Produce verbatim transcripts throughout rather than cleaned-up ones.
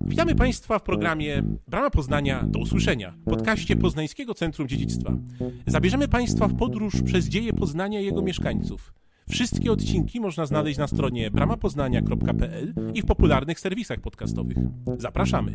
Witamy Państwa w programie Brama Poznania do usłyszenia, podcaście Poznańskiego Centrum Dziedzictwa. Zabierzemy Państwa w podróż przez dzieje Poznania i jego mieszkańców. Wszystkie odcinki można znaleźć na stronie brama poznania kropka p l i w popularnych serwisach podcastowych. Zapraszamy!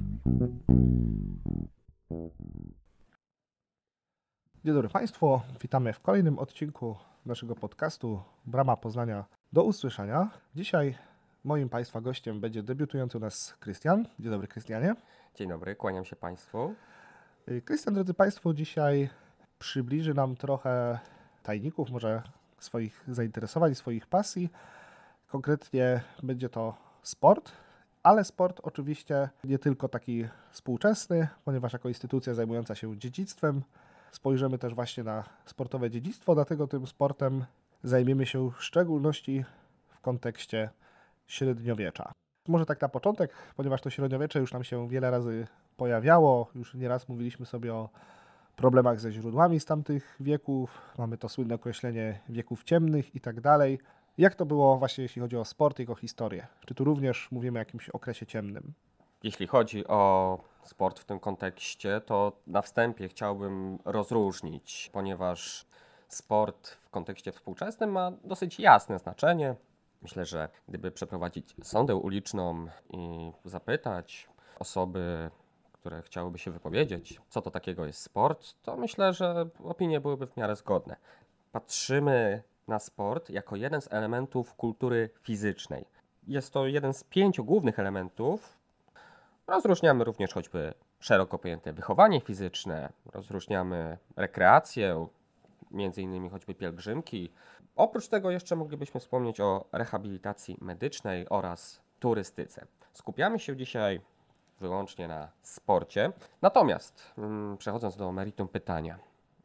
Dzień dobry Państwu, witamy w kolejnym odcinku naszego podcastu Brama Poznania do usłyszenia. Dzisiaj moim Państwa gościem będzie debiutujący u nas Krystian. Dzień dobry, Krystianie. Dzień dobry, kłaniam się Państwu. Krystian, drodzy Państwo, dzisiaj przybliży nam trochę tajników, może swoich zainteresowań, swoich pasji. Konkretnie będzie to sport, ale sport oczywiście nie tylko taki współczesny, ponieważ jako instytucja zajmująca się dziedzictwem spojrzymy też właśnie na sportowe dziedzictwo, dlatego tym sportem zajmiemy się w szczególności w kontekście średniowiecza. Może tak na początek, ponieważ to średniowiecze już nam się wiele razy pojawiało, już nieraz mówiliśmy sobie o problemach ze źródłami z tamtych wieków, mamy to słynne określenie wieków ciemnych i tak dalej. Jak to było właśnie jeśli chodzi o sport i jego historię? Czy tu również mówimy o jakimś okresie ciemnym? Jeśli chodzi o sport w tym kontekście, to na wstępie chciałbym rozróżnić, ponieważ sport w kontekście współczesnym ma dosyć jasne znaczenie. Myślę, że gdyby przeprowadzić sondę uliczną i zapytać osoby, które chciałyby się wypowiedzieć, co to takiego jest sport, to myślę, że opinie byłyby w miarę zgodne. Patrzymy na sport jako jeden z elementów kultury fizycznej. Jest to jeden z pięciu głównych elementów. Rozróżniamy również choćby szeroko pojęte wychowanie fizyczne, rozróżniamy rekreację, między innymi choćby pielgrzymki. Oprócz tego jeszcze moglibyśmy wspomnieć o rehabilitacji medycznej oraz turystyce. Skupiamy się dzisiaj wyłącznie na sporcie. Natomiast hmm, przechodząc do meritum pytania,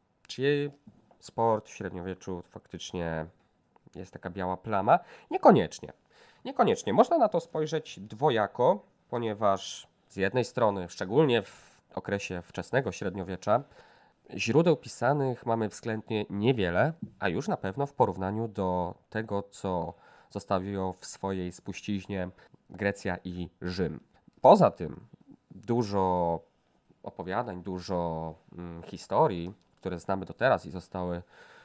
czy sport w średniowieczu faktycznie jest taka biała plama? Niekoniecznie. Niekoniecznie. Można na to spojrzeć dwojako, ponieważ z jednej strony, szczególnie w okresie wczesnego średniowiecza, źródeł pisanych mamy względnie niewiele, a już na pewno w porównaniu do tego, co zostawiło w swojej spuściźnie Grecja i Rzym. Poza tym dużo opowiadań, dużo mm, historii, które znamy do teraz i zostały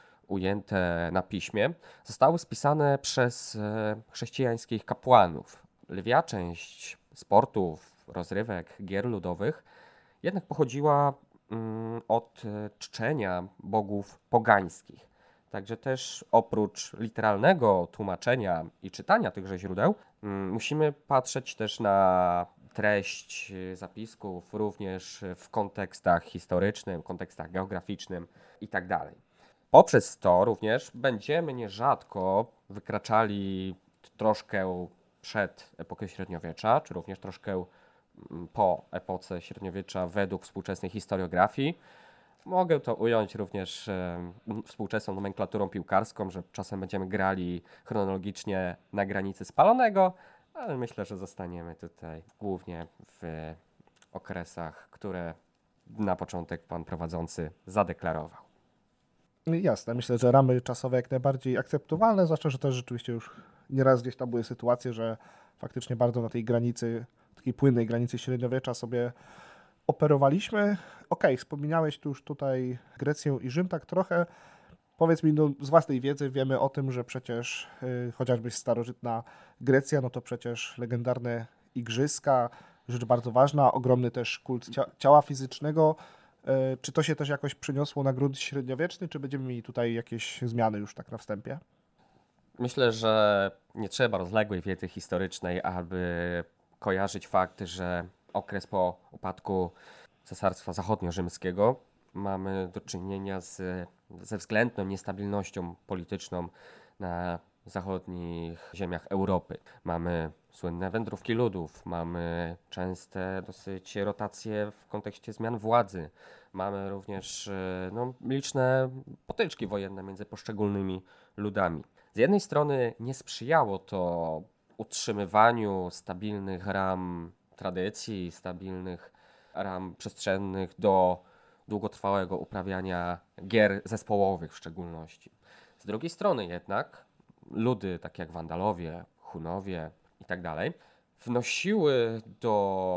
ujęte na piśmie, zostały spisane przez e, chrześcijańskich kapłanów. Lwia część sportów, rozrywek, gier ludowych jednak pochodziła mm, od czczenia bogów pogańskich. Także też oprócz literalnego tłumaczenia i czytania tychże źródeł, mm, musimy patrzeć też na treść zapisków również w kontekstach historycznym, kontekstach geograficznym itd. Poprzez to również będziemy nierzadko wykraczali troszkę przed epokę średniowiecza, czy również troszkę po epoce średniowiecza według współczesnej historiografii. Mogę to ująć również e, współczesną nomenklaturą piłkarską, że czasem będziemy grali chronologicznie na granicy spalonego, ale myślę, że zostaniemy tutaj głównie w okresach, które na początek pan prowadzący zadeklarował. Jasne, myślę, że ramy czasowe jak najbardziej akceptowalne, zwłaszcza, że też rzeczywiście już nieraz gdzieś tam były sytuacje, że faktycznie bardzo na tej granicy, takiej płynnej granicy średniowiecza sobie operowaliśmy. Okej, wspominałeś tu już tutaj Grecję i Rzym, tak trochę. Powiedz mi, no, z własnej wiedzy wiemy o tym, że przecież yy, chociażby starożytna Grecja, no to przecież legendarne igrzyska, rzecz bardzo ważna, ogromny też kult cia- ciała fizycznego. Yy, czy to się też jakoś przyniosło na grunt średniowieczny, czy będziemy mieli tutaj jakieś zmiany już tak na wstępie? Myślę, że nie trzeba rozległej wiedzy historycznej, aby kojarzyć fakt, że okres po upadku Cesarstwa Zachodnio-Rzymskiego mamy do czynienia z, ze względną niestabilnością polityczną na zachodnich ziemiach Europy. Mamy słynne wędrówki ludów, mamy częste dosyć rotacje w kontekście zmian władzy, mamy również no, liczne potyczki wojenne między poszczególnymi ludami. Z jednej strony nie sprzyjało to utrzymywaniu stabilnych ram tradycji, stabilnych ram przestrzennych do długotrwałego uprawiania gier zespołowych w szczególności. Z drugiej strony jednak ludy takie jak Wandalowie, Hunowie i tak dalej wnosiły do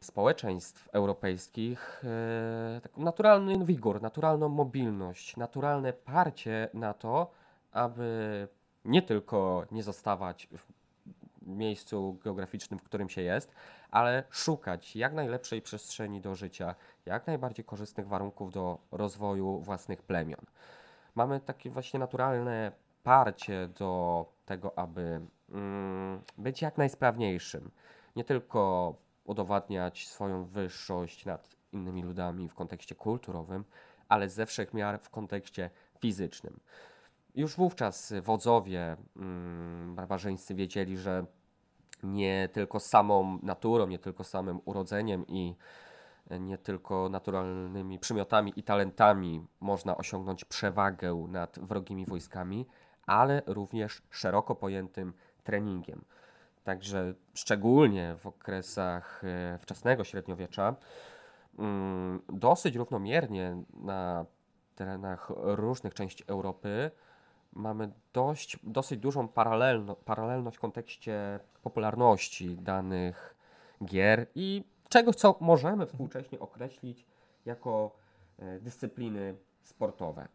społeczeństw europejskich e, taką naturalny wigor, naturalną mobilność, naturalne parcie na to, aby nie tylko nie zostawać w miejscu geograficznym, w którym się jest, ale szukać jak najlepszej przestrzeni do życia, jak najbardziej korzystnych warunków do rozwoju własnych plemion. Mamy takie właśnie naturalne parcie do tego, aby mm, być jak najsprawniejszym. Nie tylko udowadniać swoją wyższość nad innymi ludami w kontekście kulturowym, ale ze wszech miar w kontekście fizycznym. Już wówczas wodzowie mm, barbarzyńscy wiedzieli, że nie tylko samą naturą, nie tylko samym urodzeniem i nie tylko naturalnymi przymiotami i talentami można osiągnąć przewagę nad wrogimi wojskami, ale również szeroko pojętym treningiem. Także szczególnie w okresach e, wczesnego średniowiecza mm, dosyć równomiernie na terenach różnych części Europy mamy dość, dosyć dużą paralelno, paralelność w kontekście popularności danych gier i czegoś, co możemy współcześnie określić jako e, dyscypliny sportowe.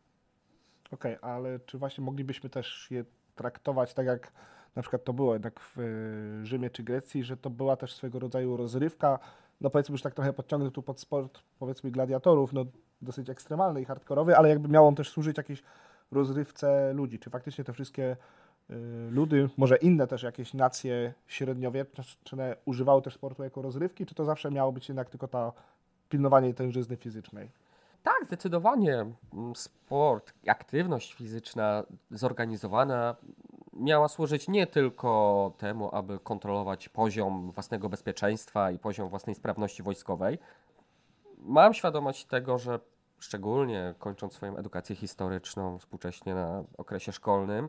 Okej, okay, ale czy właśnie moglibyśmy też je traktować tak, jak na przykład to było jednak w y, Rzymie czy Grecji, że to była też swego rodzaju rozrywka, no powiedzmy już tak trochę podciągnę tu pod sport, powiedzmy gladiatorów, no dosyć ekstremalny i hardkorowy, ale jakby miał on też służyć jakiejś rozrywce ludzi. Czy faktycznie te wszystkie y, ludy, może inne też jakieś nacje średniowieczne używały też sportu jako rozrywki, czy to zawsze miało być jednak tylko ta pilnowanie tężyzny fizycznej? Tak, zdecydowanie sport, aktywność fizyczna zorganizowana miała służyć nie tylko temu, aby kontrolować poziom własnego bezpieczeństwa i poziom własnej sprawności wojskowej. Mam świadomość tego, że szczególnie kończąc swoją edukację historyczną współcześnie na okresie szkolnym,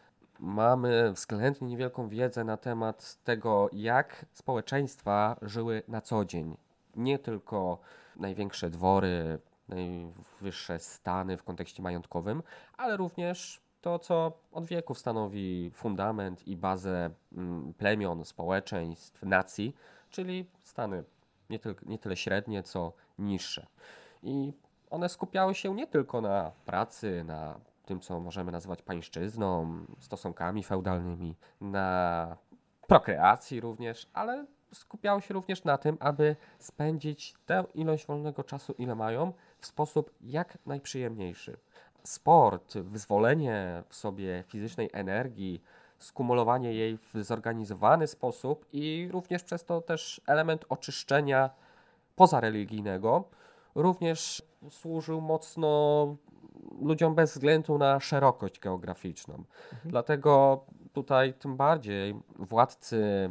mamy względnie niewielką wiedzę na temat tego, jak społeczeństwa żyły na co dzień. Nie tylko największe dwory, najwyższe stany w kontekście majątkowym, ale również to, co od wieków stanowi fundament i bazę mm, plemion, społeczeństw, nacji, czyli stany nie, tyl- nie tyle średnie, co niższe. I one skupiały się nie tylko na pracy, na tym, co możemy nazywać pańszczyzną, stosunkami feudalnymi, na prokreacji również, ale skupiały się również na tym, aby spędzić tę ilość wolnego czasu, ile mają, w sposób jak najprzyjemniejszy. Sport, wyzwolenie w sobie fizycznej energii, skumulowanie jej w zorganizowany sposób i również przez to też element oczyszczenia pozareligijnego również służył mocno ludziom bez względu na szerokość geograficzną. Mhm. Dlatego tutaj tym bardziej władcy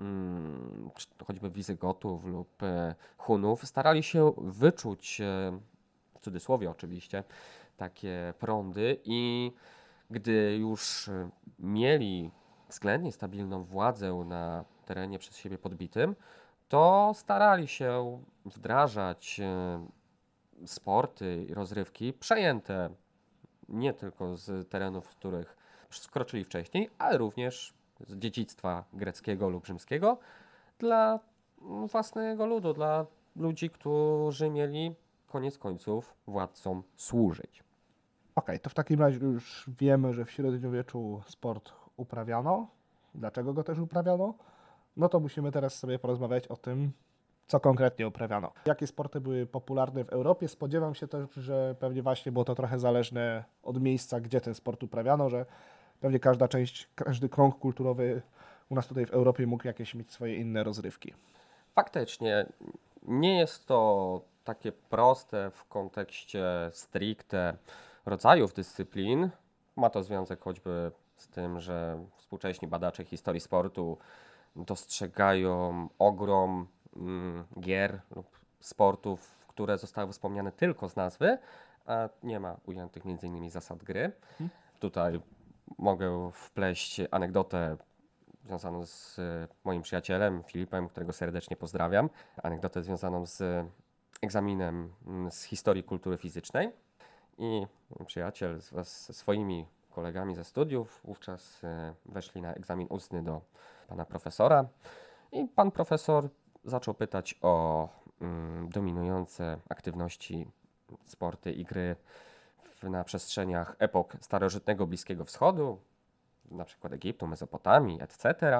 hmm, choćby Wizygotów lub e, Hunów starali się wyczuć, e, w cudzysłowie oczywiście, takie prądy i gdy już mieli względnie stabilną władzę na terenie przez siebie podbitym, to starali się wdrażać e, sporty i rozrywki przejęte nie tylko z terenów, z których skroczyli wcześniej, ale również z dziedzictwa greckiego lub rzymskiego dla własnego ludu, dla ludzi, którzy mieli koniec końców władcom służyć. Okej, okay, to w takim razie już wiemy, że w średniowieczu sport uprawiano. Dlaczego go też uprawiano? No to musimy teraz sobie porozmawiać o tym, co konkretnie uprawiano. Jakie sporty były popularne w Europie? Spodziewam się też, że pewnie właśnie było to trochę zależne od miejsca, gdzie ten sport uprawiano, że pewnie każda część, każdy krąg kulturowy u nas tutaj w Europie mógł jakieś mieć swoje inne rozrywki. Faktycznie nie jest to takie proste w kontekście stricte rodzajów dyscyplin. Ma to związek choćby z tym, że współcześni badacze historii sportu dostrzegają ogrom mm, gier lub sportów, które zostały wspomniane tylko z nazwy, a nie ma ujętych między innymi zasad gry. Hmm. Tutaj mogę wpleść anegdotę związaną z moim przyjacielem Filipem, którego serdecznie pozdrawiam. Anegdotę związaną z egzaminem z historii kultury fizycznej. I mój przyjaciel wraz ze swoimi kolegami ze studiów wówczas weszli na egzamin ustny do pana profesora i pan profesor zaczął pytać o mm, dominujące aktywności, sporty i gry w, na przestrzeniach epok starożytnego Bliskiego Wschodu, na przykład Egiptu, Mezopotamii, et cetera.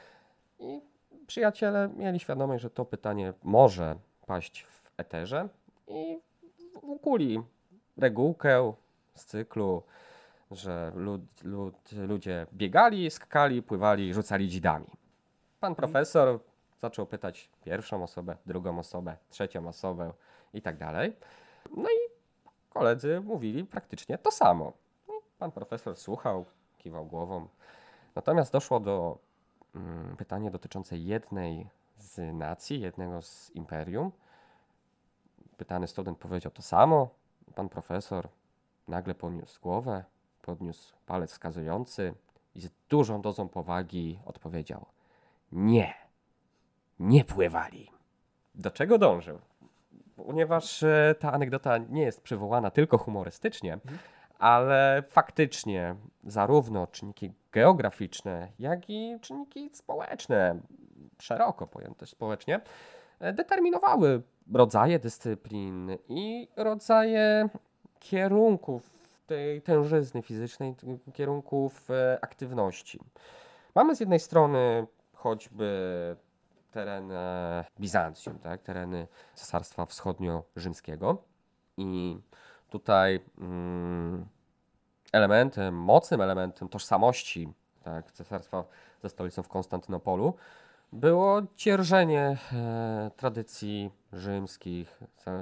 I przyjaciele mieli świadomość, że to pytanie może paść w eterze i ukuli regułkę z cyklu, że lud, lud, ludzie biegali, skakali, pływali, rzucali dzidami. Pan profesor zaczął pytać pierwszą osobę, drugą osobę, trzecią osobę i tak dalej. No i koledzy mówili praktycznie to samo. I pan profesor słuchał, kiwał głową. Natomiast doszło do mm, pytania dotyczące jednej z nacji, jednego z imperium. Pytany student powiedział to samo. Pan profesor nagle podniósł głowę, podniósł palec wskazujący i z dużą dozą powagi odpowiedział: nie, nie pływali. Do czego dążył? Ponieważ e, ta anegdota nie jest przywołana tylko humorystycznie, mhm. ale faktycznie zarówno czynniki geograficzne, jak i czynniki społeczne, szeroko pojęte społecznie, e, determinowały rodzaje dyscyplin i rodzaje kierunków tej tężyzny fizycznej, kierunków e, aktywności. Mamy z jednej strony choćby tereny Bizancjum, tak? Tereny Cesarstwa Wschodnio-Rzymskiego i tutaj mm, elementem, mocnym elementem tożsamości, tak, cesarstwa ze stolicą w Konstantynopolu było dzierżenie e, tradycji rzymskich,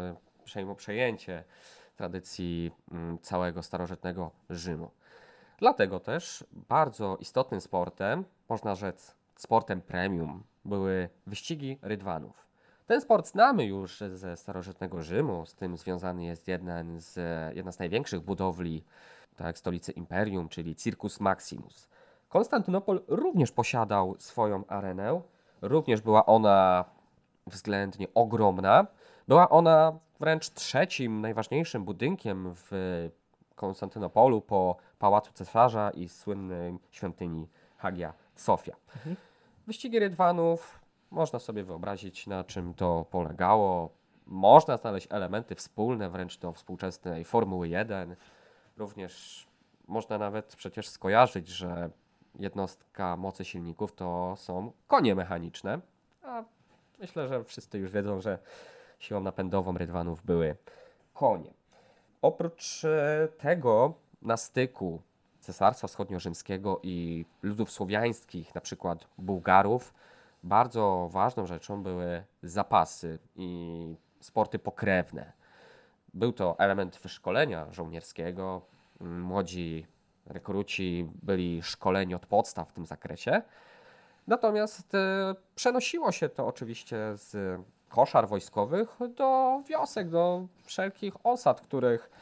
e, przejęcie tradycji m, całego starożytnego Rzymu. Dlatego też bardzo istotnym sportem, można rzec sportem premium, były wyścigi rydwanów. Ten sport znamy już ze starożytnego Rzymu, z tym związany jest jeden z, jedna z największych budowli, tak, stolicy imperium, czyli Circus Maximus. Konstantynopol również posiadał swoją arenę, również była ona względnie ogromna. Była ona wręcz trzecim najważniejszym budynkiem w Konstantynopolu po Pałacu Cesarza i słynnej świątyni Hagia Sofia. Mhm. Wyścigi rydwanów, można sobie wyobrazić, na czym to polegało. Można znaleźć elementy wspólne wręcz do współczesnej Formuły jeden. Również można nawet przecież skojarzyć, że jednostka mocy silników to są konie mechaniczne. A myślę, że wszyscy już wiedzą, że siłą napędową rydwanów były konie. Oprócz tego na styku Cesarstwa Wschodnio-Rzymskiego i ludów słowiańskich, na przykład Bułgarów, bardzo ważną rzeczą były zapasy i sporty pokrewne. Był to element wyszkolenia żołnierskiego. Młodzi rekruci byli szkoleni od podstaw w tym zakresie. Natomiast e, przenosiło się to oczywiście z koszar wojskowych do wiosek, do wszelkich osad, których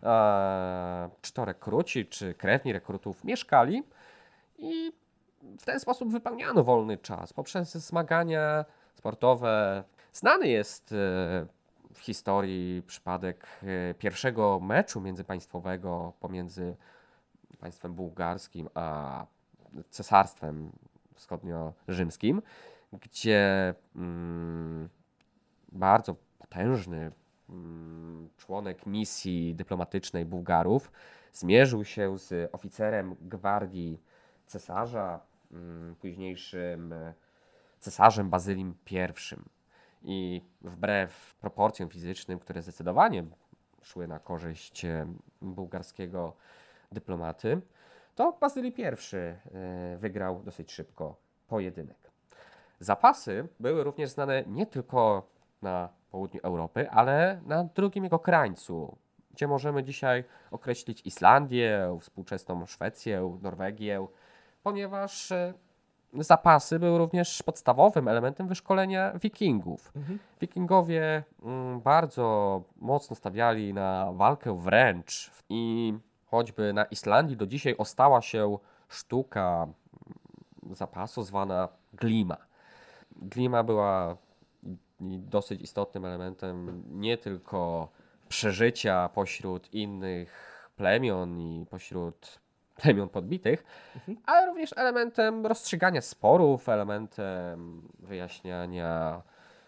e, czy to rekruci, czy krewni rekrutów mieszkali i w ten sposób wypełniano wolny czas poprzez zmagania sportowe. Znany jest e, w historii przypadek e, pierwszego meczu międzypaństwowego pomiędzy państwem bułgarskim a cesarstwem wschodnio-rzymskim, gdzie mm, bardzo potężny mm, członek misji dyplomatycznej Bułgarów zmierzył się z oficerem gwardii cesarza, mm, późniejszym cesarzem Bazylim pierwszym. I wbrew proporcjom fizycznym, które zdecydowanie szły na korzyść bułgarskiego dyplomaty, to Bazyli pierwszy wygrał dosyć szybko pojedynek. Zapasy były również znane nie tylko na południu Europy, ale na drugim jego krańcu, gdzie możemy dzisiaj określić Islandię, współczesną Szwecję, Norwegię, ponieważ zapasy były również podstawowym elementem wyszkolenia wikingów. Mhm. Wikingowie mm, bardzo mocno stawiali na walkę wręcz i choćby na Islandii do dzisiaj ostała się sztuka zapasu zwana glima. Glima była dosyć istotnym elementem nie tylko przeżycia pośród innych plemion i pośród plemion podbitych, mhm. ale również elementem rozstrzygania sporów, elementem wyjaśniania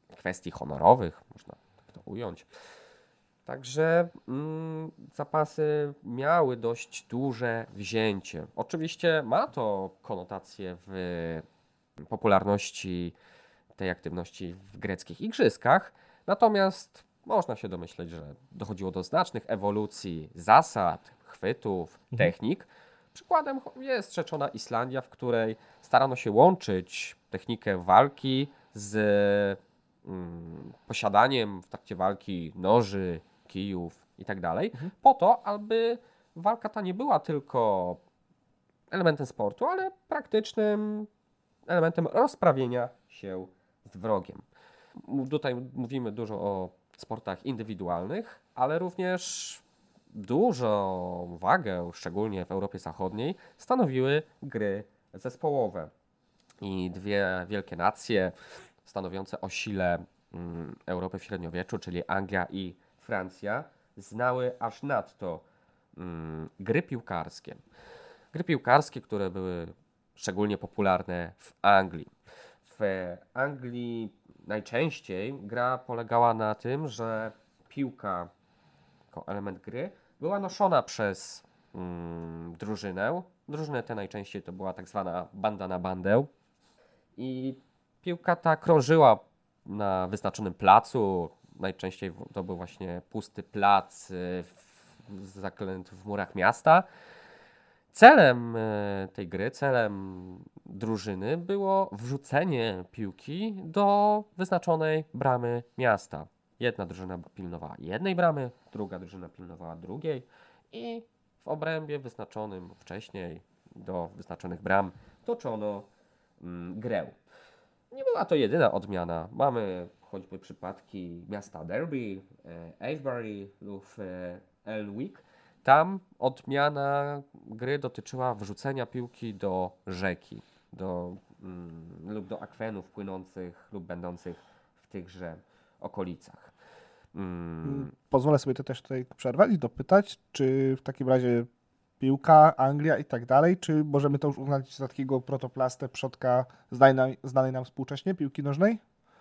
kwestii honorowych, można tak to ująć. Także mm, zapasy miały dość duże wzięcie. Oczywiście ma to konotację w popularności tej aktywności w greckich igrzyskach, natomiast można się domyśleć, że dochodziło do znacznych ewolucji zasad, chwytów, Mhm. technik. Przykładem jest rzeczona Islandia, w której starano się łączyć technikę walki z mm, posiadaniem w trakcie walki noży, kijów i tak dalej, Mhm. po to, aby walka ta nie była tylko elementem sportu, ale praktycznym elementem rozprawienia się z wrogiem. M- Tutaj mówimy dużo o sportach indywidualnych, ale również dużą wagę, szczególnie w Europie Zachodniej, stanowiły gry zespołowe. I dwie wielkie nacje stanowiące o sile mm, Europy w średniowieczu, czyli Anglia i Francja, znały aż nadto mm, gry piłkarskie. Gry piłkarskie, które były szczególnie popularne w Anglii. W Anglii najczęściej gra polegała na tym, że piłka jako element gry była noszona przez mm, drużynę. Drużynę tę najczęściej to była tak zwana banda na bandę. I piłka ta krążyła na wyznaczonym placu. Najczęściej w- to był właśnie pusty plac y, w, zaklęty w murach miasta. Celem e, tej gry, celem drużyny było wrzucenie piłki do wyznaczonej bramy miasta. Jedna drużyna pilnowała jednej bramy, druga drużyna pilnowała drugiej i w obrębie wyznaczonym wcześniej do wyznaczonych bram toczono mm, grę. Nie była to jedyna odmiana. Mamy choćby przypadki miasta Derby, e, Avebury lub e, Elwick. Tam odmiana gry dotyczyła wrzucenia piłki do rzeki do, mm, lub do akwenów płynących lub będących w tychże okolicach. Mm, Pozwolę sobie to też tutaj przerwać i dopytać, czy w takim razie piłka, Anglia i tak dalej, czy możemy to już uznać za takiego protoplastę przodka znanej, znanej nam współcześnie piłki nożnej?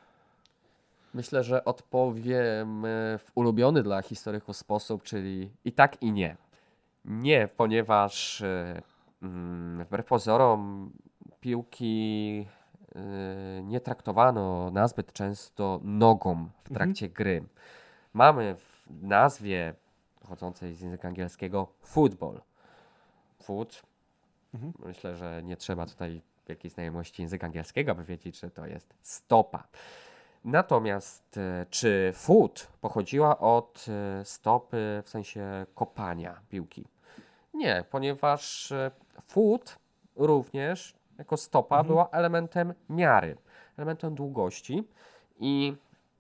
Myślę, że odpowiem e, w ulubiony dla historyków sposób, czyli i tak, i nie. Nie, ponieważ e, mm, wbrew pozorom piłki e, nie traktowano nazbyt często nogą w trakcie gry. Mamy w nazwie pochodzącej z języka angielskiego football. Foot. Mhm. Myślę, że nie trzeba tutaj wielkiej znajomości języka angielskiego, by wiedzieć, że to jest stopa. Natomiast e, czy foot pochodziła od e, stopy w sensie kopania piłki? Nie, ponieważ e, foot również jako stopa Mhm. była elementem miary, elementem długości i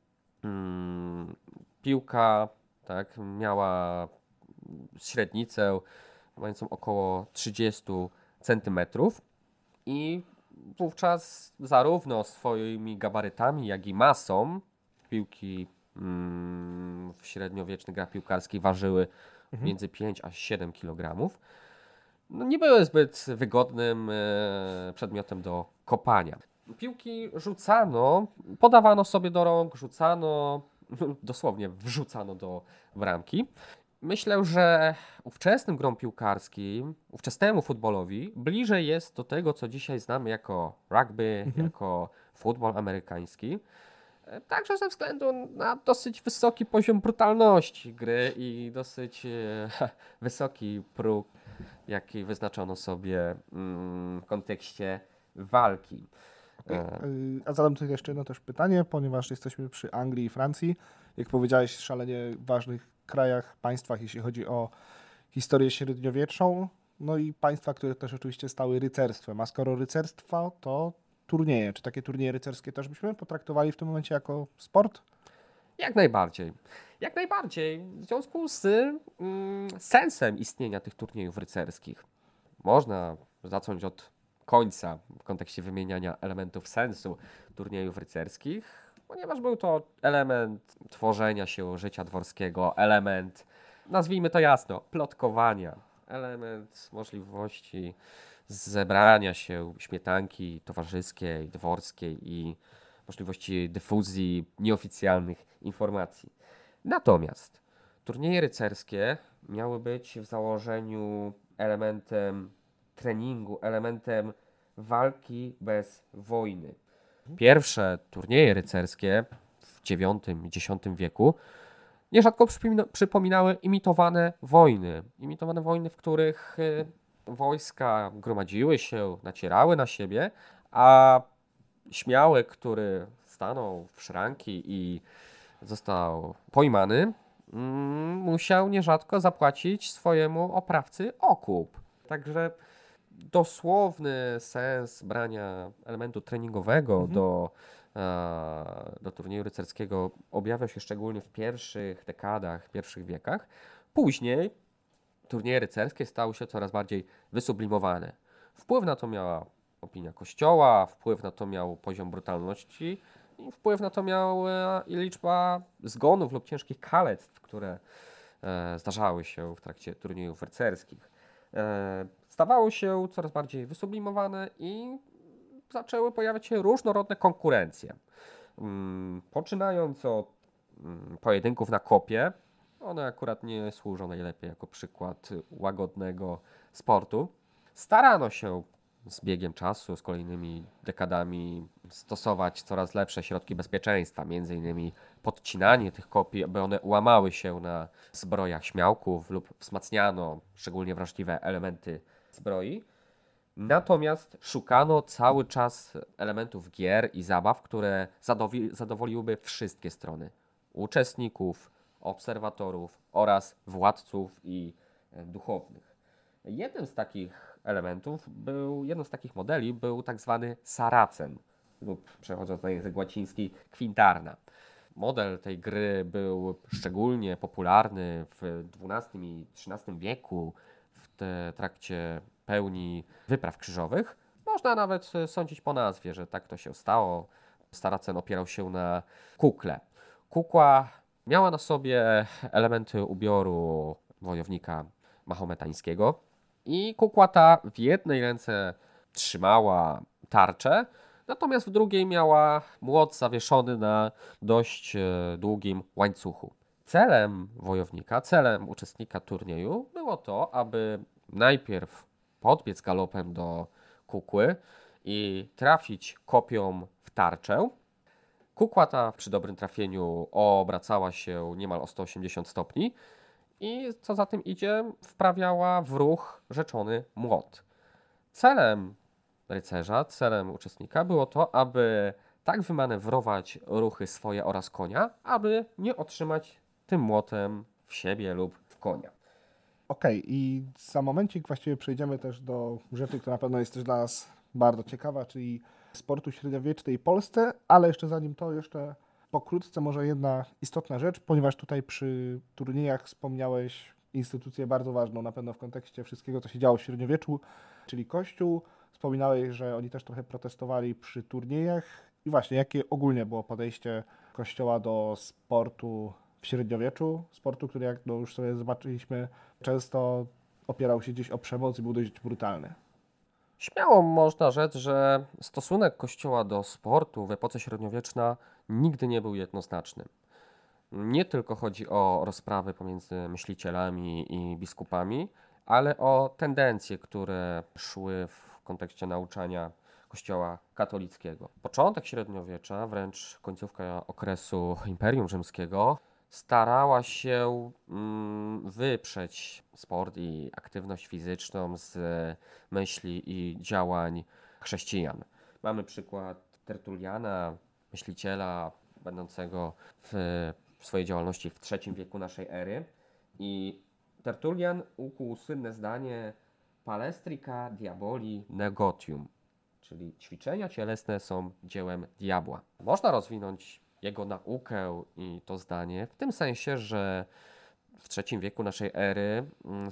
mm, piłka tak, miała średnicę mającą około trzydzieści centymetrów i wówczas zarówno swoimi gabarytami, jak i masą piłki mm, w średniowiecznych grach piłkarskich ważyły Mhm. między pięć a siedem kilogramów. No, nie były zbyt wygodnym e, przedmiotem do kopania. Piłki rzucano, podawano sobie do rąk, rzucano, dosłownie wrzucano do bramki. Myślę, że ówczesnym grom piłkarskim, ówczesnemu futbolowi bliżej jest do tego, co dzisiaj znamy jako rugby, Mhm. jako futbol amerykański. E, Także ze względu na dosyć wysoki poziom brutalności gry i dosyć e, wysoki próg, jaki wyznaczono sobie mm, w kontekście walki. E, Y, A zadam tutaj jeszcze jedno też pytanie, ponieważ jesteśmy przy Anglii i Francji. Jak powiedziałeś, szalenie ważnych krajach, państwach, jeśli chodzi o historię średniowieczną, no i państwa, które też oczywiście stały rycerstwem. A skoro rycerstwo, to turnieje. Czy takie turnieje rycerskie też byśmy potraktowali w tym momencie jako sport? Jak najbardziej. Jak najbardziej. W związku z mm, sensem istnienia tych turniejów rycerskich. Można zacząć od końca w kontekście wymieniania elementów sensu turniejów rycerskich, ponieważ był to element tworzenia się życia dworskiego, element, nazwijmy to jasno, plotkowania, element możliwości zebrania się śmietanki towarzyskiej, dworskiej i możliwości dyfuzji nieoficjalnych informacji. Natomiast turnieje rycerskie miały być w założeniu elementem treningu, elementem walki bez wojny. Pierwsze turnieje rycerskie w dziewiątym i dziesiątym wieku nierzadko przypomina- przypominały imitowane wojny. Imitowane wojny, w których y, wojska gromadziły się, nacierały na siebie, a śmiały, który stanął w szranki i został pojmany, mm, musiał nierzadko zapłacić swojemu oprawcy okup. Także dosłowny sens brania elementu treningowego Mhm. do, e, do turnieju rycerskiego objawiał się szczególnie w pierwszych dekadach, pierwszych wiekach. Później turnieje rycerskie stały się coraz bardziej wysublimowane. Wpływ na to miała opinia Kościoła, wpływ na to miał poziom brutalności i wpływ na to miała i liczba zgonów lub ciężkich kalectw, które e, zdarzały się w trakcie turniejów rycerskich. E, stawały się coraz bardziej wysublimowane i zaczęły pojawiać się różnorodne konkurencje. Mm, poczynając od mm, pojedynków na kopie, one akurat nie służą najlepiej jako przykład łagodnego sportu. Starano się z biegiem czasu, z kolejnymi dekadami stosować coraz lepsze środki bezpieczeństwa, między innymi podcinanie tych kopii, aby one łamały się na zbrojach śmiałków lub wzmacniano szczególnie wrażliwe elementy zbroi. Natomiast szukano cały czas elementów gier i zabaw, które zadowi- zadowoliłyby wszystkie strony. Uczestników, obserwatorów oraz władców i e, duchownych. Jednym z takich elementów był, jedną z takich modeli był tak zwany saracen lub przechodząc na język łaciński quintarna. Model tej gry był szczególnie popularny w dwunastym i trzynastym wieku w te, trakcie pełni wypraw krzyżowych. Można nawet sądzić po nazwie, że tak to się stało. Saracen opierał się na kukle. Kukła miała na sobie elementy ubioru wojownika mahometańskiego i kukła ta w jednej ręce trzymała tarczę, natomiast w drugiej miała młot zawieszony na dość e, długim łańcuchu. Celem wojownika, celem uczestnika turnieju było to, aby najpierw podbiec galopem do kukły i trafić kopią w tarczę. Kukła ta przy dobrym trafieniu obracała się niemal o sto osiemdziesiąt stopni i co za tym idzie, wprawiała w ruch rzeczony młot. Celem rycerza, celem uczestnika było to, aby tak wymanewrować ruchy swoje oraz konia, aby nie otrzymać tym młotem w siebie lub w konia. Okej, i za momencik właściwie przejdziemy też do rzeczy, która na pewno jest też dla nas bardzo ciekawa, czyli sportu średniowiecznej Polsce, ale jeszcze zanim to, jeszcze pokrótce może jedna istotna rzecz, ponieważ tutaj przy turniejach wspomniałeś instytucję bardzo ważną, na pewno w kontekście wszystkiego, co się działo w średniowieczu, czyli Kościół. Wspominałeś, że oni też trochę protestowali przy turniejach. I właśnie, jakie ogólnie było podejście Kościoła do sportu w średniowieczu? Sportu, który, jak no już sobie zobaczyliśmy, często opierał się gdzieś o przemoc i był dość brutalny. Śmiało można rzec, że stosunek Kościoła do sportu w epoce średniowiecznej nigdy nie był jednoznaczny. Nie tylko chodzi o rozprawy pomiędzy myślicielami i biskupami, ale o tendencje, które szły w kontekście nauczania Kościoła katolickiego. Początek średniowiecza, wręcz końcówka okresu Imperium Rzymskiego, starała się mm, wyprzeć sport i aktywność fizyczną z myśli i działań chrześcijan. Mamy przykład Tertuliana, myśliciela będącego w, w swojej działalności w trzecim wieku naszej ery. I Tertulian ukuł słynne zdanie Palestrica diaboli negotium, czyli ćwiczenia cielesne są dziełem diabła. Można rozwinąć jego naukę i to zdanie w tym sensie, że w trzecim wieku naszej ery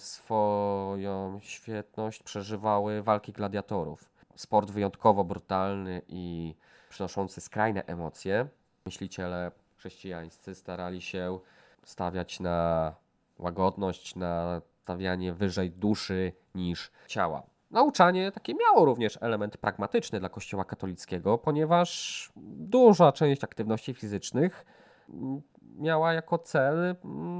swoją świetność przeżywały walki gladiatorów. Sport wyjątkowo brutalny i przynoszący skrajne emocje. Myśliciele chrześcijańscy starali się stawiać na łagodność, na stawianie wyżej duszy niż ciała. Nauczanie takie miało również element pragmatyczny dla Kościoła katolickiego, ponieważ duża część aktywności fizycznych miała jako cel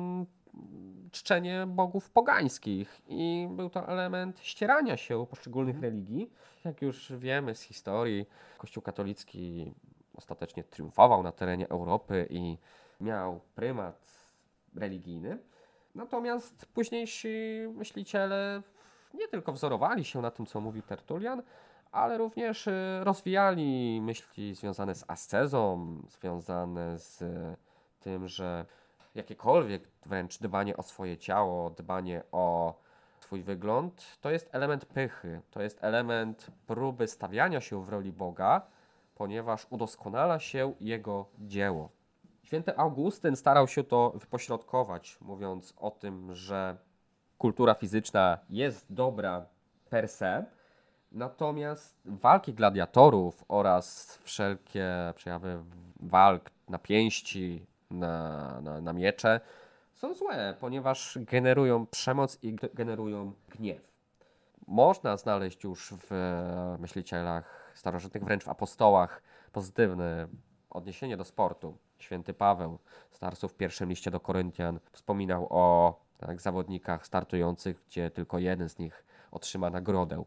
czczenie bogów pogańskich i był to element ścierania się poszczególnych religii. Jak już wiemy z historii, Kościół katolicki ostatecznie triumfował na terenie Europy i miał prymat religijny. Natomiast późniejsi myśliciele nie tylko wzorowali się na tym, co mówi Tertulian, ale również rozwijali myśli związane z ascezą, związane z tym, że jakiekolwiek wręcz dbanie o swoje ciało, dbanie o swój wygląd, to jest element pychy, to jest element próby stawiania się w roli Boga, ponieważ udoskonala się jego dzieło. Święty Augustyn starał się to wypośrodkować, mówiąc o tym, że kultura fizyczna jest dobra per se, natomiast walki gladiatorów oraz wszelkie przejawy walk na pięści, na, na, na miecze są złe, ponieważ generują przemoc i generują gniew. Można znaleźć już w myślicielach starożytnych, wręcz w apostołach, pozytywne odniesienie do sportu. Święty Paweł z Tarsu w pierwszym liście do Koryntian wspominał o tak, zawodnikach startujących, gdzie tylko jeden z nich otrzyma nagrodę.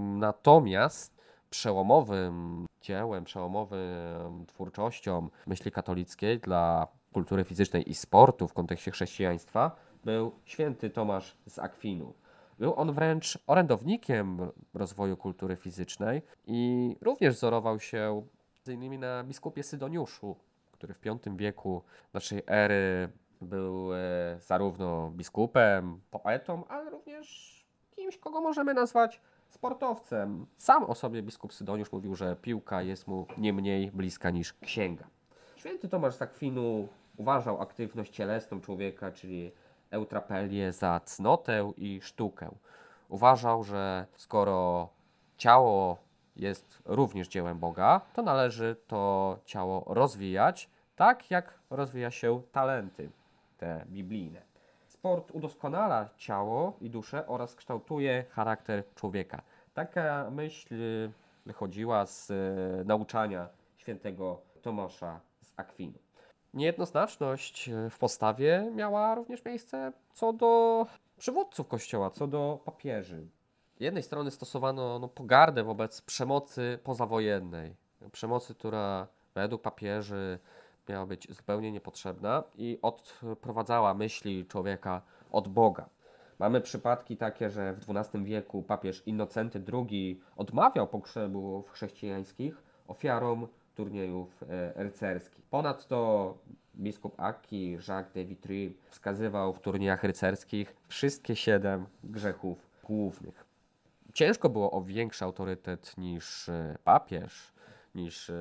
Natomiast przełomowym dziełem, przełomową twórczością myśli katolickiej dla kultury fizycznej i sportu w kontekście chrześcijaństwa był święty Tomasz z Akwinu. Był on wręcz orędownikiem rozwoju kultury fizycznej i również wzorował się m.in. na biskupie Sydoniuszu, który w piątym wieku naszej ery był e, zarówno biskupem, poetą, ale również kimś, kogo możemy nazwać sportowcem. Sam o sobie biskup Sydoniusz mówił, że piłka jest mu nie mniej bliska niż księga. Święty Tomasz z Akwinu uważał aktywność cielesną człowieka, czyli eutrapelię, za cnotę i sztukę. Uważał, że skoro ciało jest również dziełem Boga, to należy to ciało rozwijać, tak jak rozwija się talenty, te biblijne. Sport udoskonala ciało i duszę oraz kształtuje charakter człowieka. Taka myśl wychodziła z nauczania świętego Tomasza z Akwinu. Niejednoznaczność w postawie miała również miejsce co do przywódców Kościoła, co do papieży. Z jednej strony stosowano no, pogardę wobec przemocy pozawojennej. Przemocy, która według papieży miała być zupełnie niepotrzebna i odprowadzała myśli człowieka od Boga. Mamy przypadki takie, że w dwunastym wieku papież Innocenty drugi odmawiał pogrzebów chrześcijańskich ofiarom turniejów rycerskich. Ponadto biskup Aki, Jacques de Vitry, wskazywał w turniejach rycerskich wszystkie siedem grzechów głównych. Ciężko było o większy autorytet niż papież, niż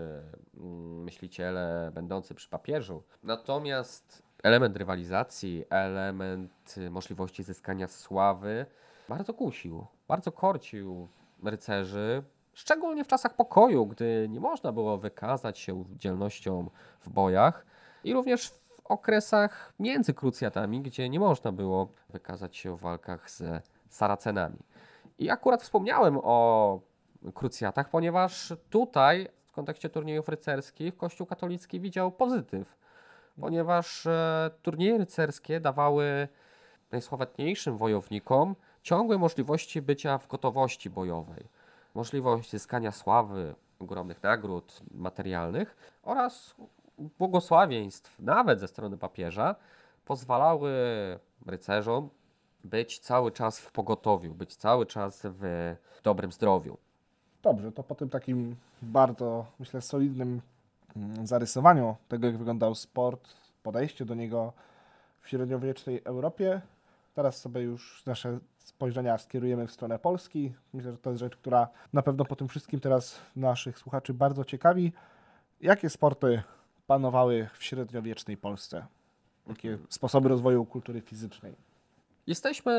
myśliciele będący przy papieżu. Natomiast element rywalizacji, element możliwości zyskania sławy bardzo kusił, bardzo korcił rycerzy, szczególnie w czasach pokoju, gdy nie można było wykazać się dzielnością w bojach i również w okresach między krucjatami, gdzie nie można było wykazać się w walkach z Saracenami. I akurat wspomniałem o krucjatach, ponieważ tutaj w kontekście turniejów rycerskich Kościół katolicki widział pozytyw, ponieważ e, turnieje rycerskie dawały najsławetniejszym wojownikom ciągłe możliwości bycia w gotowości bojowej, możliwość zyskania sławy, ogromnych nagród materialnych oraz błogosławieństw, nawet ze strony papieża, pozwalały rycerzom być cały czas w pogotowiu, być cały czas w dobrym zdrowiu. Dobrze, to po tym takim bardzo, myślę, solidnym zarysowaniu tego, jak wyglądał sport, podejście do niego w średniowiecznej Europie, teraz sobie już nasze spojrzenia skierujemy w stronę Polski. Myślę, że to jest rzecz, która na pewno po tym wszystkim teraz naszych słuchaczy bardzo ciekawi. Jakie sporty panowały w średniowiecznej Polsce? Jakie sposoby rozwoju kultury fizycznej? Jesteśmy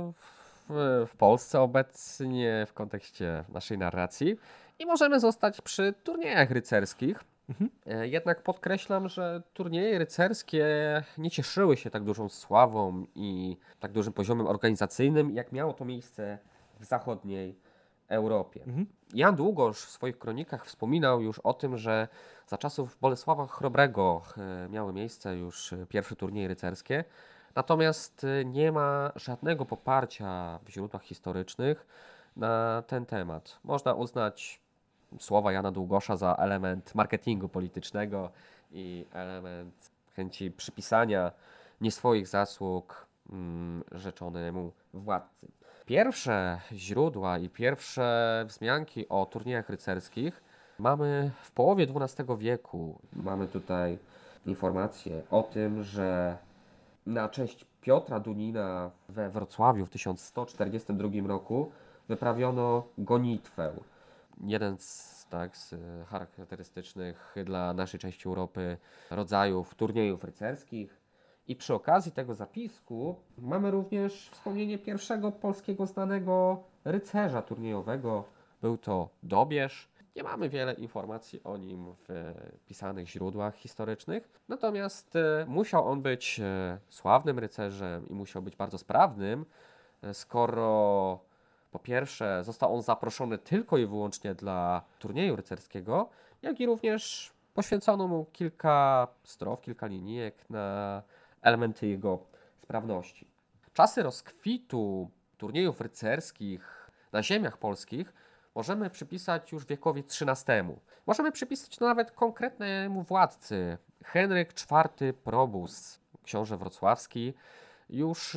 w, w Polsce obecnie w kontekście naszej narracji i możemy zostać przy turniejach rycerskich. Mhm. Jednak podkreślam, że turnieje rycerskie nie cieszyły się tak dużą sławą i tak dużym poziomem organizacyjnym, jak miało to miejsce w zachodniej Europie. Mhm. Jan Długosz w swoich kronikach wspominał już o tym, że za czasów Bolesława Chrobrego e, miały miejsce już e, pierwsze turnieje rycerskie, natomiast e, nie ma żadnego poparcia w źródłach historycznych na ten temat. Można uznać słowa Jana Długosza za element marketingu politycznego i element chęci przypisania nie swoich zasług mm, rzeczonemu władcy. Pierwsze źródła i pierwsze wzmianki o turniejach rycerskich mamy w połowie dwunastego wieku. Mamy tutaj informacje o tym, że na cześć Piotra Dunina we Wrocławiu w tysiąc sto czterdziestym drugim roku wyprawiono gonitwę. Jeden z, tak, z charakterystycznych dla naszej części Europy rodzajów turniejów rycerskich. I przy okazji tego zapisku mamy również wspomnienie pierwszego polskiego znanego rycerza turniejowego. Był to Dobierz. Nie mamy wiele informacji o nim w pisanych źródłach historycznych, natomiast e, musiał on być e, sławnym rycerzem i musiał być bardzo sprawnym, e, skoro po pierwsze został on zaproszony tylko i wyłącznie dla turnieju rycerskiego, jak i również poświęcono mu kilka strof, kilka linijek na elementy jego sprawności. Czasy rozkwitu turniejów rycerskich na ziemiach polskich możemy przypisać już wiekowi trzynastemu. Możemy przypisać to nawet konkretnemu władcy. Henryk czwarty Probus, książę wrocławski, już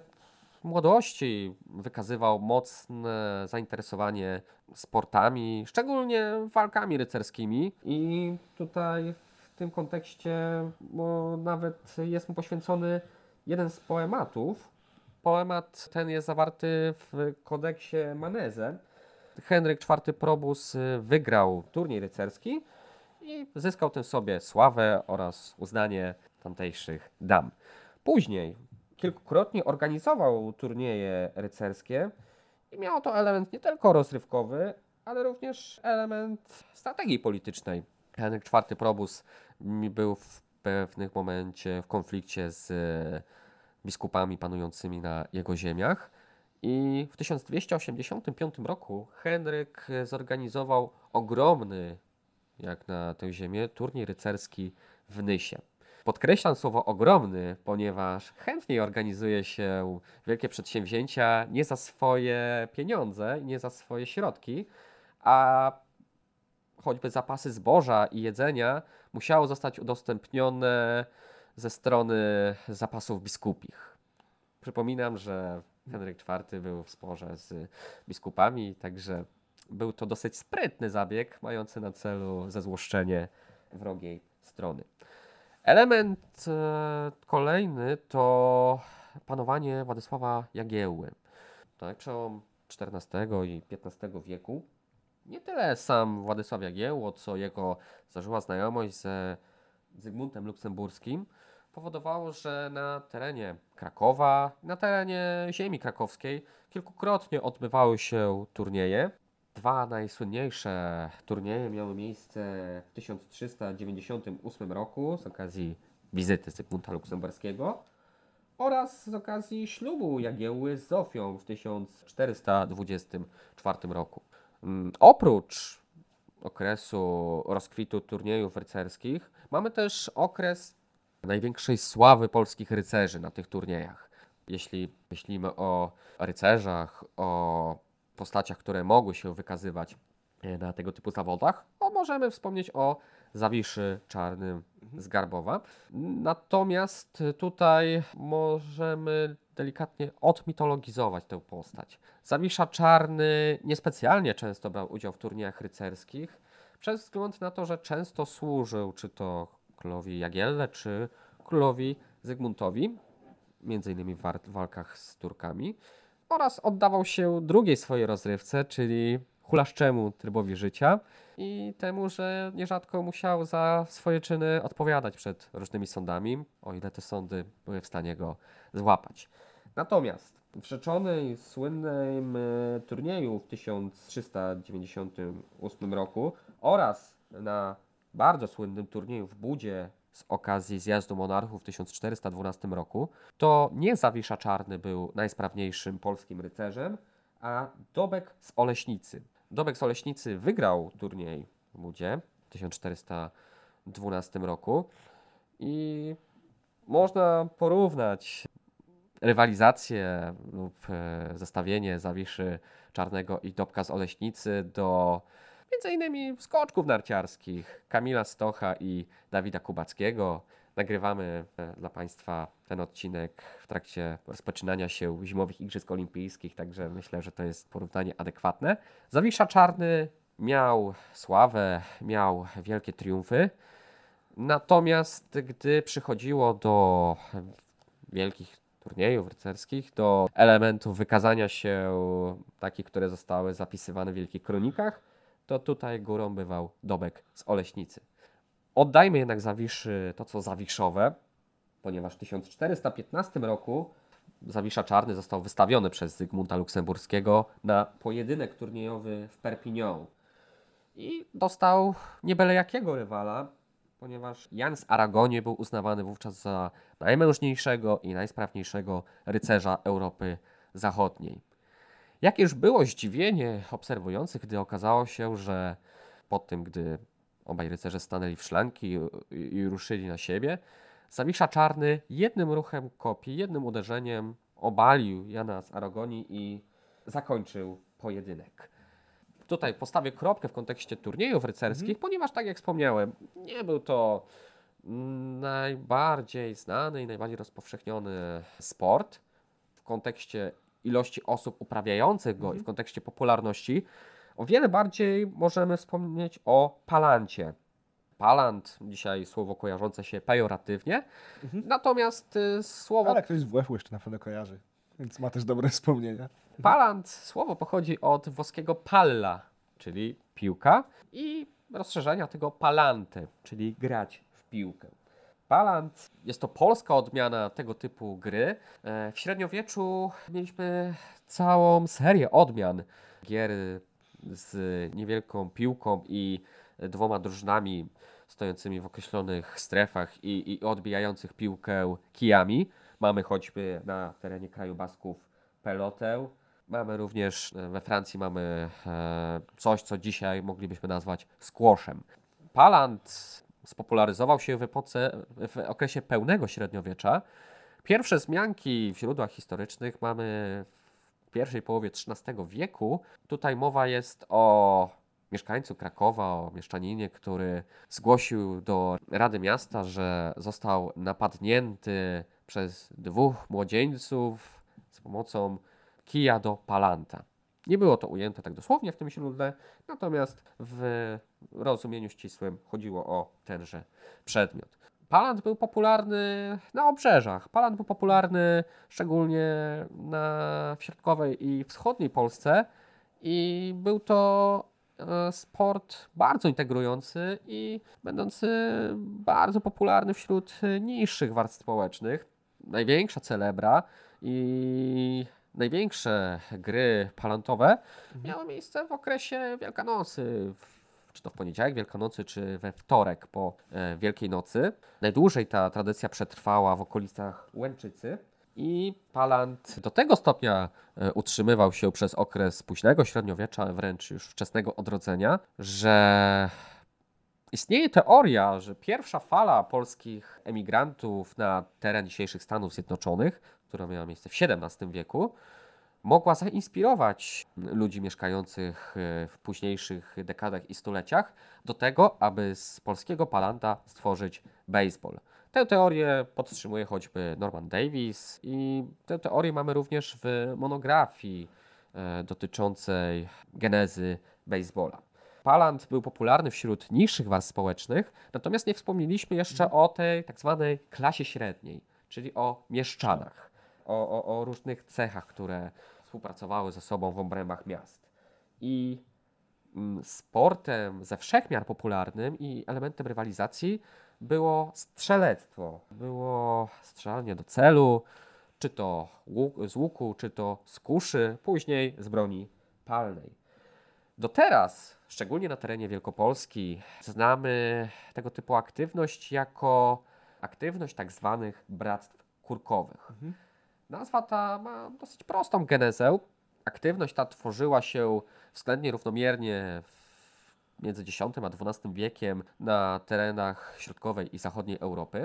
w młodości wykazywał mocne zainteresowanie sportami, szczególnie walkami rycerskimi. I tutaj w tym kontekście bo nawet jest mu poświęcony jeden z poematów. Poemat ten jest zawarty w kodeksie Maneze. Henryk czwarty Probus wygrał turniej rycerski i zyskał tym sobie sławę oraz uznanie tamtejszych dam. Później kilkukrotnie organizował turnieje rycerskie i miało to element nie tylko rozrywkowy, ale również element strategii politycznej. Henryk czwarty Probus był w pewnym momencie w konflikcie z biskupami panującymi na jego ziemiach i w tysiąc dwieście osiemdziesiątym piątym roku Henryk zorganizował ogromny, jak na tę ziemię, turniej rycerski w Nysie. Podkreślam słowo ogromny, ponieważ chętniej organizuje się wielkie przedsięwzięcia nie za swoje pieniądze, nie za swoje środki, a choćby zapasy zboża i jedzenia musiało zostać udostępnione ze strony zapasów biskupich. Przypominam, że Henryk czwarty był w sporze z biskupami, także był to dosyć sprytny zabieg, mający na celu zezłoszczenie wrogiej strony. Element e, kolejny to panowanie Władysława Jagiełły. Tak, przełom czternastego i piętnastego wieku. Nie tyle sam Władysław Jagiełło, co jego zażyła znajomość ze Zygmuntem Luksemburskim powodowało, że na terenie Krakowa, na terenie ziemi krakowskiej kilkukrotnie odbywały się turnieje. Dwa najsłynniejsze turnieje miały miejsce w tysiąc trzysta dziewięćdziesiątym ósmym roku z okazji wizyty Zygmunta Luksemburskiego oraz z okazji ślubu Jagiełły z Zofią w tysiąc czterysta dwudziestym czwartym roku. Oprócz okresu rozkwitu turniejów rycerskich mamy też okres największej sławy polskich rycerzy na tych turniejach. Jeśli myślimy o rycerzach, o postaciach, które mogły się wykazywać na tego typu zawodach, to możemy wspomnieć o Zawiszy Czarnym z Garbowa. Natomiast tutaj możemy delikatnie odmitologizować tę postać. Zawisza Czarny niespecjalnie często brał udział w turniejach rycerskich, przez wzgląd na to, że często służył czy to królowi Jagielle, czy królowi Zygmuntowi, między innymi w walkach z Turkami, oraz oddawał się drugiej swojej rozrywce, czyli hulaszczemu trybowi życia i temu, że nierzadko musiał za swoje czyny odpowiadać przed różnymi sądami, o ile te sądy były w stanie go złapać. Natomiast w rzeczonej, słynnym turnieju w tysiąc trzysta dziewięćdziesiątym ósmym roku oraz na bardzo słynnym turnieju w Budzie z okazji zjazdu monarchów w tysiąc czterysta dwunastym roku, to nie Zawisza Czarny był najsprawniejszym polskim rycerzem, a Dobek z Oleśnicy. Dobek z Oleśnicy wygrał turniej w Budzie w tysiąc czterysta dwunastym roku i można porównać rywalizację lub zestawienie Zawiszy Czarnego i Dobka z Oleśnicy do między innymi skoczków narciarskich Kamila Stocha i Dawida Kubackiego. Nagrywamy dla Państwa ten odcinek w trakcie rozpoczynania się Zimowych Igrzysk Olimpijskich, także myślę, że to jest porównanie adekwatne. Zawisza Czarny miał sławę, miał wielkie triumfy, natomiast gdy przychodziło do wielkich turniejów rycerskich, do elementów wykazania się, takich, które zostały zapisywane w wielkich kronikach, to tutaj górą bywał Dobek z Oleśnicy. Oddajmy jednak Zawiszy to, co zawiszowe, ponieważ w tysiąc czterysta piętnastym roku Zawisza Czarny został wystawiony przez Zygmunta Luksemburskiego na pojedynek turniejowy w Perpignan. I dostał nie byle jakiego rywala, ponieważ Jan z Aragonii był uznawany wówczas za najmężniejszego i najsprawniejszego rycerza Europy Zachodniej. Jakież było zdziwienie obserwujących, gdy okazało się, że po tym, gdy obaj rycerze stanęli w szlanki i, i, i ruszyli na siebie, Zawisza Czarny jednym ruchem kopii, jednym uderzeniem obalił Jana z Aragonii i zakończył pojedynek. Tutaj postawię kropkę w kontekście turniejów rycerskich, mhm. ponieważ tak jak wspomniałem, nie był to najbardziej znany i najbardziej rozpowszechniony sport w kontekście ilości osób uprawiających go mhm. i w kontekście popularności. O wiele bardziej możemy wspomnieć o palancie. Palant, dzisiaj słowo kojarzące się pejoratywnie, mhm. natomiast y, słowo... Ale ktoś z W F-u jeszcze na pewno kojarzy, więc ma też dobre wspomnienia. Palant, słowo pochodzi od włoskiego palla, czyli piłka, i rozszerzenia tego palante, czyli grać w piłkę. Palant jest to polska odmiana tego typu gry. W średniowieczu mieliśmy całą serię odmian gier z niewielką piłką i dwoma drużynami stojącymi w określonych strefach i, i odbijających piłkę kijami. Mamy choćby na terenie kraju Basków pelotę. Mamy również we Francji mamy coś, co dzisiaj moglibyśmy nazwać squashem. Palant spopularyzował się w epoce, w okresie pełnego średniowiecza. Pierwsze wzmianki w źródłach historycznych mamy w pierwszej połowie trzynastego wieku. Tutaj mowa jest o mieszkańcu Krakowa, o mieszczaninie, który zgłosił do Rady Miasta, że został napadnięty przez dwóch młodzieńców z pomocą kija do palanta. Nie było to ujęte tak dosłownie w tym źródle, natomiast w rozumieniu ścisłym chodziło o tenże przedmiot. Palant był popularny na obrzeżach. Palant był popularny szczególnie na w środkowej i wschodniej Polsce i był to sport bardzo integrujący i będący bardzo popularny wśród niższych warstw społecznych. Największa celebra i największe gry palantowe mhm. miały miejsce w okresie Wielkanocy, czy to w poniedziałek Wielkanocy, czy we wtorek po e, Wielkiej Nocy. Najdłużej ta tradycja przetrwała w okolicach Łęczycy i palant do tego stopnia e, utrzymywał się przez okres późnego średniowiecza, wręcz już wczesnego odrodzenia, że istnieje teoria, że pierwsza fala polskich emigrantów na teren dzisiejszych Stanów Zjednoczonych, która miała miejsce w siedemnastym wieku, mogła zainspirować ludzi mieszkających w późniejszych dekadach i stuleciach do tego, aby z polskiego palanta stworzyć baseball. Tę teorię podtrzymuje choćby Norman Davis i tę teorię mamy również w monografii e, dotyczącej genezy baseballa. Palant był popularny wśród niższych warstw społecznych, natomiast nie wspomnieliśmy jeszcze o tej tak zwanej klasie średniej, czyli o mieszczanach, o, o, o różnych cechach, które współpracowały ze sobą w obrębach miast. I mm, sportem ze wszechmiar popularnym i elementem rywalizacji było strzelectwo. Było strzelanie do celu, czy to łuk, z łuku, czy to z kuszy, później z broni palnej. Do teraz, szczególnie na terenie Wielkopolski, znamy tego typu aktywność jako aktywność tak zwanych bractw kurkowych. Mhm. Nazwa ta ma dosyć prostą genezę. Aktywność ta tworzyła się względnie równomiernie między dziesiątym a dwunastym wiekiem na terenach środkowej i zachodniej Europy.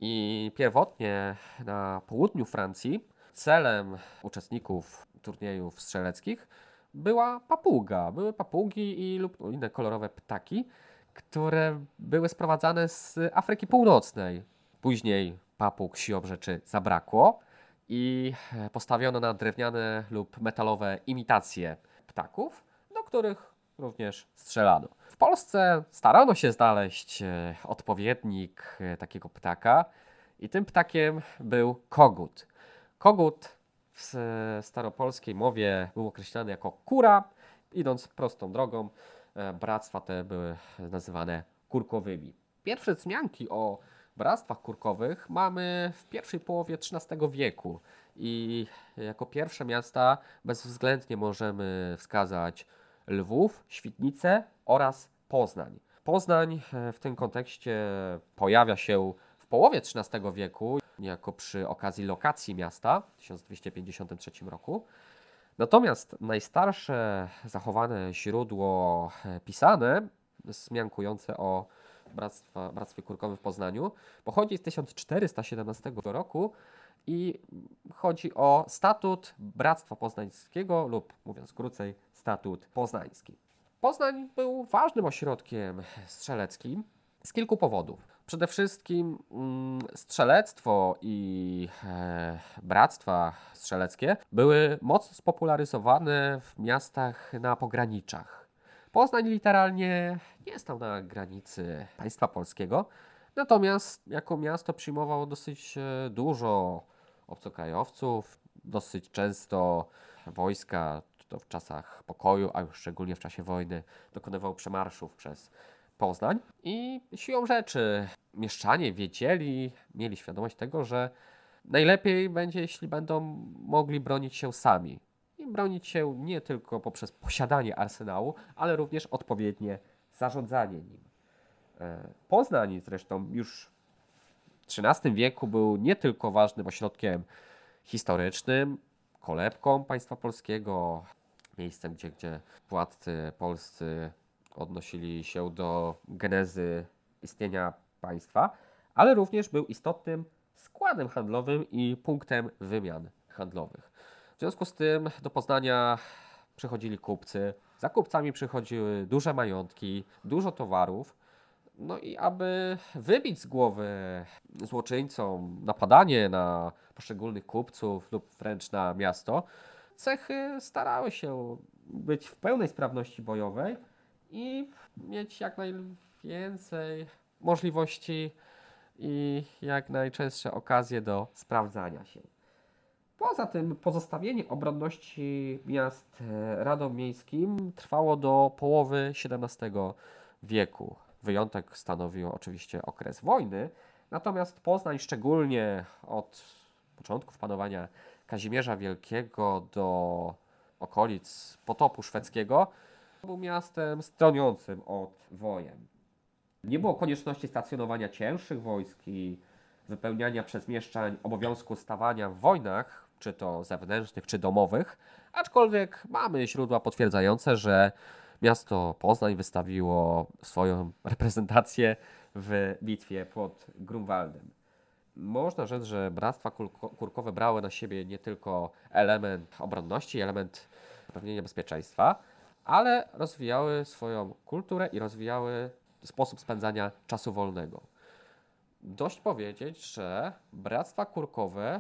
I pierwotnie na południu Francji celem uczestników turniejów strzeleckich była papuga. Były papugi i lub inne kolorowe ptaki, które były sprowadzane z Afryki Północnej. Później papug siłą rzeczy zabrakło i postawiono na drewniane lub metalowe imitacje ptaków, do których również strzelano. W Polsce starano się znaleźć odpowiednik takiego ptaka i tym ptakiem był kogut. Kogut w staropolskiej mowie był określany jako kura. Idąc prostą drogą, bractwa te były nazywane kurkowymi. Pierwsze wzmianki o bractwach kurkowych mamy w pierwszej połowie trzynastego wieku i jako pierwsze miasta bezwzględnie możemy wskazać Lwów, Świdnicę oraz Poznań. Poznań w tym kontekście pojawia się w połowie trzynastego wieku, niejako przy okazji lokacji miasta w tysiąc dwieście pięćdziesiątym trzecim roku. Natomiast najstarsze zachowane źródło pisane, wzmiankujące o bractwa, bractwie kurkowym w Poznaniu, pochodzi z tysiąc czterysta siedemnastego roku i chodzi o statut Bractwa Poznańskiego lub, mówiąc krócej, statut poznański. Poznań był ważnym ośrodkiem strzeleckim z kilku powodów. Przede wszystkim mm, strzelectwo i e, bractwa strzeleckie były mocno spopularyzowane w miastach na pograniczach. Poznań literalnie nie stał na granicy państwa polskiego, natomiast jako miasto przyjmowało dosyć e, dużo obcokrajowców, dosyć często wojska, czy to w czasach pokoju, a już szczególnie w czasie wojny, dokonywało przemarszów przez Poznań i siłą rzeczy mieszczanie wiedzieli, mieli świadomość tego, że najlepiej będzie, jeśli będą mogli bronić się sami. I bronić się nie tylko poprzez posiadanie arsenału, ale również odpowiednie zarządzanie nim. Poznań zresztą już w trzynastym wieku był nie tylko ważnym ośrodkiem historycznym, kolebką państwa polskiego, miejscem, gdzie, gdzie władcy polscy odnosili się do genezy istnienia państwa, ale również był istotnym składem handlowym i punktem wymian handlowych. W związku z tym do Poznania przychodzili kupcy, za kupcami przychodziły duże majątki, dużo towarów. No i aby wybić z głowy złoczyńcom napadanie na poszczególnych kupców lub wręcz na miasto, cechy starały się być w pełnej sprawności bojowej i mieć jak najwięcej możliwości i jak najczęstsze okazje do sprawdzania się. Poza tym pozostawienie obronności miast radom miejskim trwało do połowy siedemnastego wieku. Wyjątek stanowił oczywiście okres wojny, natomiast Poznań szczególnie od początków panowania Kazimierza Wielkiego do okolic potopu szwedzkiego był miastem stroniącym od wojen. Nie było konieczności stacjonowania cięższych wojsk i wypełniania przez mieszczań obowiązku stawania w wojnach, czy to zewnętrznych, czy domowych, aczkolwiek mamy źródła potwierdzające, że miasto Poznań wystawiło swoją reprezentację w bitwie pod Grunwaldem. Można rzec, że bractwa kurkowe brały na siebie nie tylko element obronności, element zapewnienia bezpieczeństwa, ale rozwijały swoją kulturę i rozwijały sposób spędzania czasu wolnego. Dość powiedzieć, że bractwa kurkowe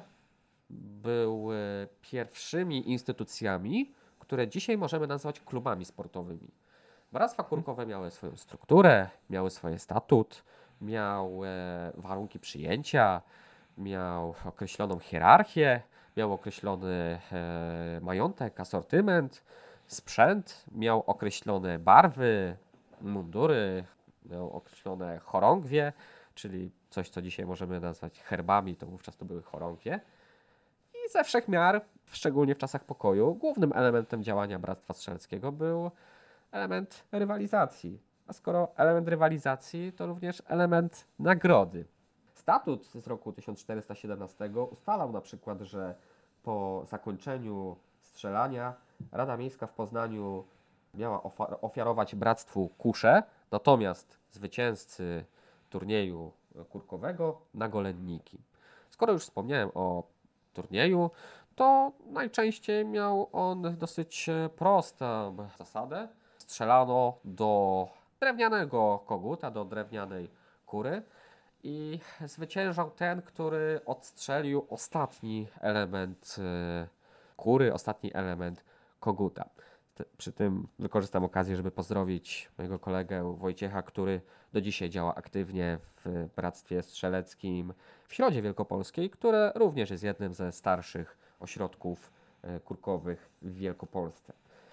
były pierwszymi instytucjami, które dzisiaj możemy nazwać klubami sportowymi. Bractwa kurkowe miały swoją strukturę, miały swój statut, miały warunki przyjęcia, miał określoną hierarchię, miał określony e, majątek, asortyment, sprzęt, miał określone barwy, mundury, miał określone chorągwie, czyli coś, co dzisiaj możemy nazwać herbami, to wówczas to były chorągwie. I ze wszech miar, szczególnie w czasach pokoju, głównym elementem działania Bractwa Strzeleckiego był element rywalizacji. A skoro element rywalizacji, to również element nagrody. Statut z roku tysiąc czterysta siedemnastego ustalał na przykład, że po zakończeniu strzelania Rada Miejska w Poznaniu miała ofiarować bractwu kuszę, natomiast zwycięzcy turnieju kurkowego nagolenniki. Skoro już wspomniałem o turnieju, to najczęściej miał on dosyć prostą zasadę. Strzelano do drewnianego koguta, do drewnianej kury i zwyciężał ten, który odstrzelił ostatni element kury, ostatni element koguta. Przy tym wykorzystam okazję, żeby pozdrowić mojego kolegę Wojciecha, który do dzisiaj działa aktywnie w Bractwie Strzeleckim w Środzie Wielkopolskiej, które również jest jednym ze starszych ośrodków kurkowych w Wielkopolsce.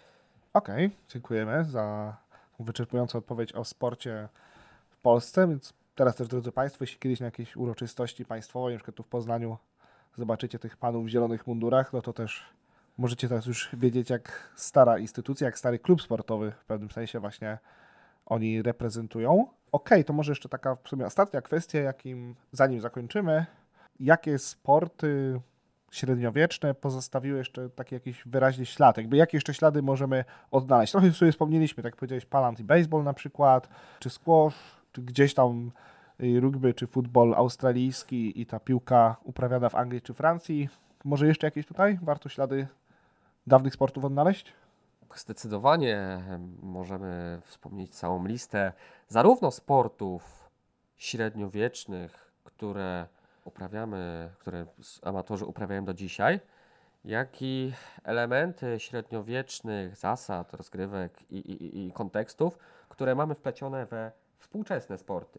Okej, okay, dziękujemy za wyczerpującą odpowiedź o sporcie w Polsce, więc teraz też, drodzy Państwo, jeśli kiedyś na jakiejś uroczystości państwowej, na przykład tu w Poznaniu, zobaczycie tych panów w zielonych mundurach, no to też możecie teraz już wiedzieć, jak stara instytucja, jak stary klub sportowy w pewnym sensie właśnie oni reprezentują. Okej, okay, to może jeszcze taka w sumie ostatnia kwestia, jakim, zanim zakończymy, jakie sporty średniowieczne pozostawiły jeszcze taki jakiś wyraźny ślad, jakby jakie jeszcze ślady możemy odnaleźć. Trochę sobie wspomnieliśmy, tak jak powiedziałeś, palant i baseball na przykład, czy squash, czy gdzieś tam rugby, czy futbol australijski i ta piłka uprawiana w Anglii czy Francji. Może jeszcze jakieś tutaj warto ślady dawnych sportów odnaleźć? Zdecydowanie możemy wspomnieć całą listę zarówno sportów średniowiecznych, które uprawiamy, które amatorzy uprawiają do dzisiaj, jak i elementy średniowiecznych zasad, rozgrywek i, i, i kontekstów, które mamy wplecione we współczesne sporty.